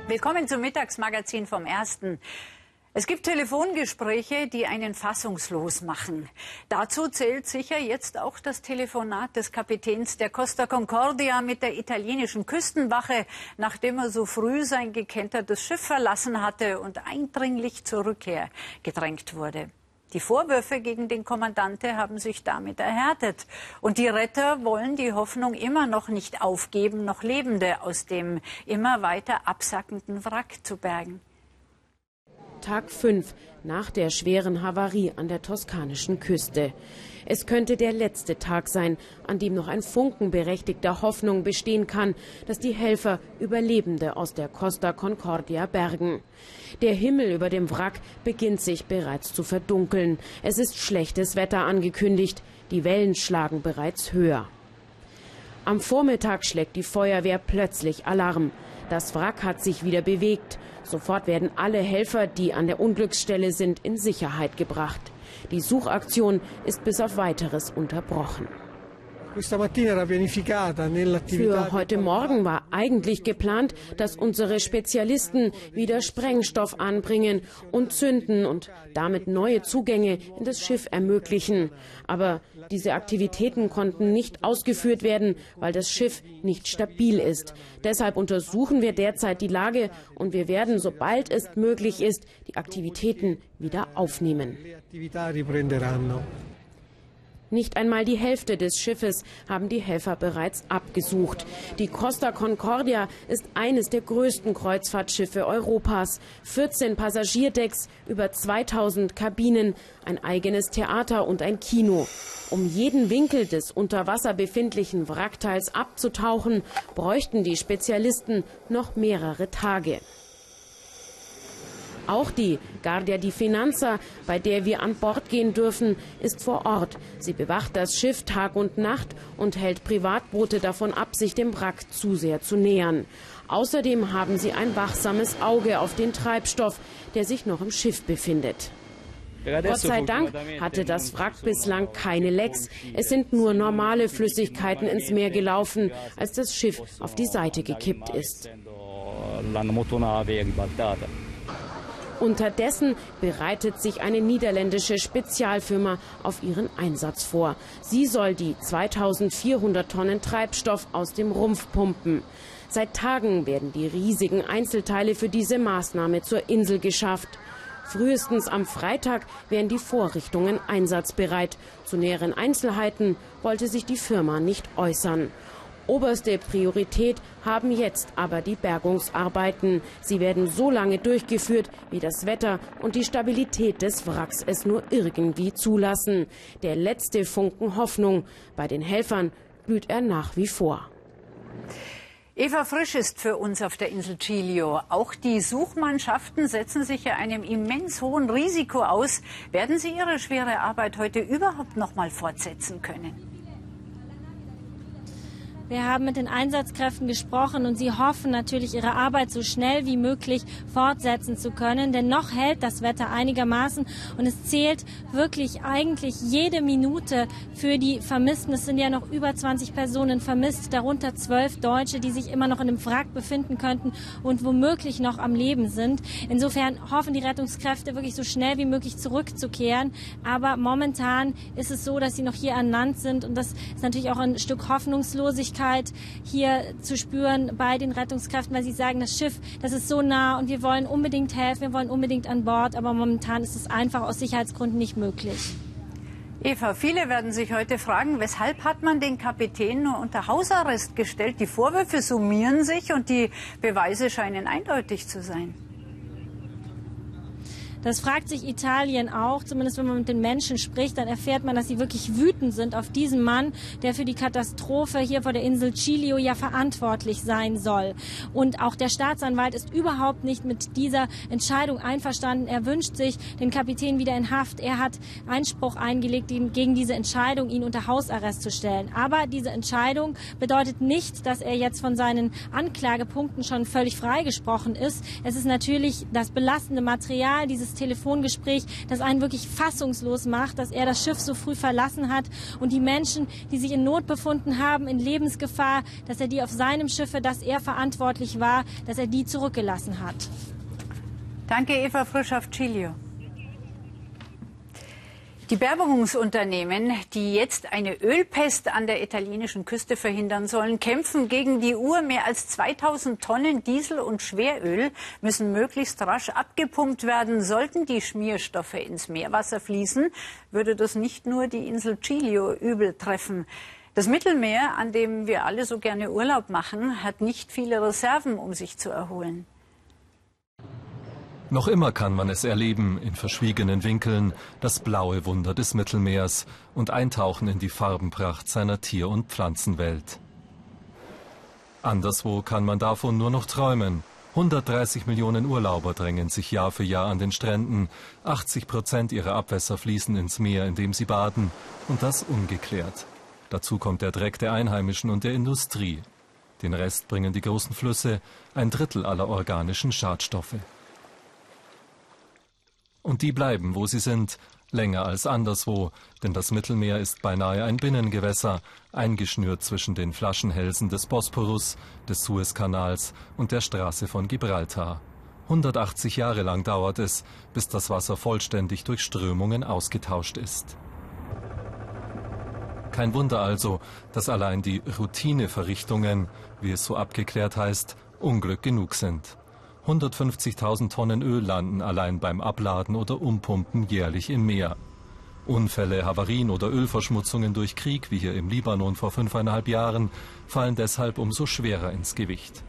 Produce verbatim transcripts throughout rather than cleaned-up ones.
Willkommen zum Mittagsmagazin vom Ersten. Es gibt Telefongespräche, die einen fassungslos machen. Dazu zählt sicher jetzt auch das Telefonat des Kapitäns der Costa Concordia mit der italienischen Küstenwache, nachdem er so früh sein gekentertes Schiff verlassen hatte und eindringlich zur Rückkehr gedrängt wurde. Die Vorwürfe gegen den Kommandante haben sich damit erhärtet. Und die Retter wollen die Hoffnung immer noch nicht aufgeben, noch Lebende aus dem immer weiter absackenden Wrack zu bergen. Tag fünf nach der schweren Havarie an der toskanischen Küste. Es könnte der letzte Tag sein, an dem noch ein Funken berechtigter Hoffnung bestehen kann, dass die Helfer Überlebende aus der Costa Concordia bergen. Der Himmel über dem Wrack beginnt sich bereits zu verdunkeln. Es ist schlechtes Wetter angekündigt. Die Wellen schlagen bereits höher. Am Vormittag schlägt die Feuerwehr plötzlich Alarm. Das Wrack hat sich wieder bewegt. Sofort werden alle Helfer, die an der Unglücksstelle sind, in Sicherheit gebracht. Die Suchaktion ist bis auf Weiteres unterbrochen. Für heute Morgen war eigentlich geplant, dass unsere Spezialisten wieder Sprengstoff anbringen und zünden und damit neue Zugänge in das Schiff ermöglichen. Aber diese Aktivitäten konnten nicht ausgeführt werden, weil das Schiff nicht stabil ist. Deshalb untersuchen wir derzeit die Lage und wir werden, sobald es möglich ist, die Aktivitäten wieder aufnehmen. Nicht einmal die Hälfte des Schiffes haben die Helfer bereits abgesucht. Die Costa Concordia ist eines der größten Kreuzfahrtschiffe Europas. vierzehn Passagierdecks, über zweitausend Kabinen, ein eigenes Theater und ein Kino. Um jeden Winkel des unter Wasser befindlichen Wrackteils abzutauchen, bräuchten die Spezialisten noch mehrere Tage. Auch die Guardia di Finanza, bei der wir an Bord gehen dürfen, ist vor Ort. Sie bewacht das Schiff Tag und Nacht und hält Privatboote davon ab, sich dem Wrack zu sehr zu nähern. Außerdem haben sie ein wachsames Auge auf den Treibstoff, der sich noch im Schiff befindet. Gott sei Dank hatte das Wrack bislang keine Lecks. Es sind nur normale Flüssigkeiten ins Meer gelaufen, als das Schiff auf die Seite gekippt ist. Unterdessen bereitet sich eine niederländische Spezialfirma auf ihren Einsatz vor. Sie soll die zweitausendvierhundert Tonnen Treibstoff aus dem Rumpf pumpen. Seit Tagen werden die riesigen Einzelteile für diese Maßnahme zur Insel geschafft. Frühestens am Freitag wären die Vorrichtungen einsatzbereit. Zu näheren Einzelheiten wollte sich die Firma nicht äußern. Oberste Priorität haben jetzt aber die Bergungsarbeiten. Sie werden so lange durchgeführt, wie das Wetter und die Stabilität des Wracks es nur irgendwie zulassen. Der letzte Funken Hoffnung. Bei den Helfern blüht er nach wie vor. Eva Frisch ist für uns auf der Insel Giglio. Auch die Suchmannschaften setzen sich ja einem immens hohen Risiko aus. Werden sie ihre schwere Arbeit heute überhaupt noch mal fortsetzen können? Wir haben mit den Einsatzkräften gesprochen und sie hoffen natürlich, ihre Arbeit so schnell wie möglich fortsetzen zu können. Denn noch hält das Wetter einigermaßen und es zählt wirklich eigentlich jede Minute für die Vermissten. Es sind ja noch über zwanzig Personen vermisst, darunter zwölf Deutsche, die sich immer noch in dem Wrack befinden könnten und womöglich noch am Leben sind. Insofern hoffen die Rettungskräfte wirklich so schnell wie möglich zurückzukehren. Aber momentan ist es so, dass sie noch hier an Land sind und das ist natürlich auch ein Stück Hoffnungslosigkeit hier zu spüren bei den Rettungskräften, weil sie sagen, das Schiff, das ist so nah und wir wollen unbedingt helfen, wir wollen unbedingt an Bord, aber momentan ist es einfach aus Sicherheitsgründen nicht möglich. Eva, viele werden sich heute fragen, weshalb hat man den Kapitän nur unter Hausarrest gestellt? Die Vorwürfe summieren sich und die Beweise scheinen eindeutig zu sein. Das fragt sich Italien auch, zumindest wenn man mit den Menschen spricht, dann erfährt man, dass sie wirklich wütend sind auf diesen Mann, der für die Katastrophe hier vor der Insel Giglio ja verantwortlich sein soll. Und auch der Staatsanwalt ist überhaupt nicht mit dieser Entscheidung einverstanden. Er wünscht sich den Kapitän wieder in Haft. Er hat Einspruch eingelegt gegen diese Entscheidung, ihn unter Hausarrest zu stellen. Aber diese Entscheidung bedeutet nicht, dass er jetzt von seinen Anklagepunkten schon völlig freigesprochen ist. Es ist natürlich das belastende Material dieses das Telefongespräch, das einen wirklich fassungslos macht, dass er das Schiff so früh verlassen hat und die Menschen, die sich in Not befunden haben, in Lebensgefahr, dass er die auf seinem Schiff, für das er verantwortlich war, dass er die zurückgelassen hat. Danke, Eva Frisch auf Giglio. Die Berberungsunternehmen, die jetzt eine Ölpest an der italienischen Küste verhindern sollen, kämpfen gegen die Uhr. Mehr als zweitausend Tonnen Diesel und Schweröl müssen möglichst rasch abgepumpt werden. Sollten die Schmierstoffe ins Meerwasser fließen, würde das nicht nur die Insel Giglio übel treffen. Das Mittelmeer, an dem wir alle so gerne Urlaub machen, hat nicht viele Reserven, um sich zu erholen. Noch immer kann man es erleben, in verschwiegenen Winkeln, das blaue Wunder des Mittelmeers und eintauchen in die Farbenpracht seiner Tier- und Pflanzenwelt. Anderswo kann man davon nur noch träumen. hundertdreißig Millionen Urlauber drängen sich Jahr für Jahr an den Stränden. achtzig Prozent ihrer Abwässer fließen ins Meer, in dem sie baden. Und das ungeklärt. Dazu kommt der Dreck der Einheimischen und der Industrie. Den Rest bringen die großen Flüsse, ein Drittel aller organischen Schadstoffe. Und die bleiben, wo sie sind, länger als anderswo, denn das Mittelmeer ist beinahe ein Binnengewässer, eingeschnürt zwischen den Flaschenhälsen des Bosporus, des Suezkanals und der Straße von Gibraltar. hundertachtzig Jahre lang dauert es, bis das Wasser vollständig durch Strömungen ausgetauscht ist. Kein Wunder also, dass allein die Routineverrichtungen, wie es so abgeklärt heißt, Unglück genug sind. hundertfünfzigtausend Tonnen Öl landen allein beim Abladen oder Umpumpen jährlich im Meer. Unfälle, Havarien oder Ölverschmutzungen durch Krieg, wie hier im Libanon vor fünfeinhalb Jahren, fallen deshalb umso schwerer ins Gewicht.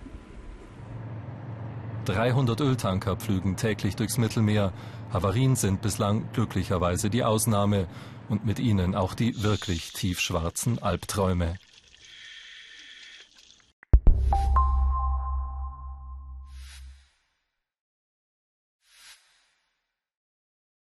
dreihundert Öltanker pflügen täglich durchs Mittelmeer. Havarien sind bislang glücklicherweise die Ausnahme und mit ihnen auch die wirklich tiefschwarzen Albträume.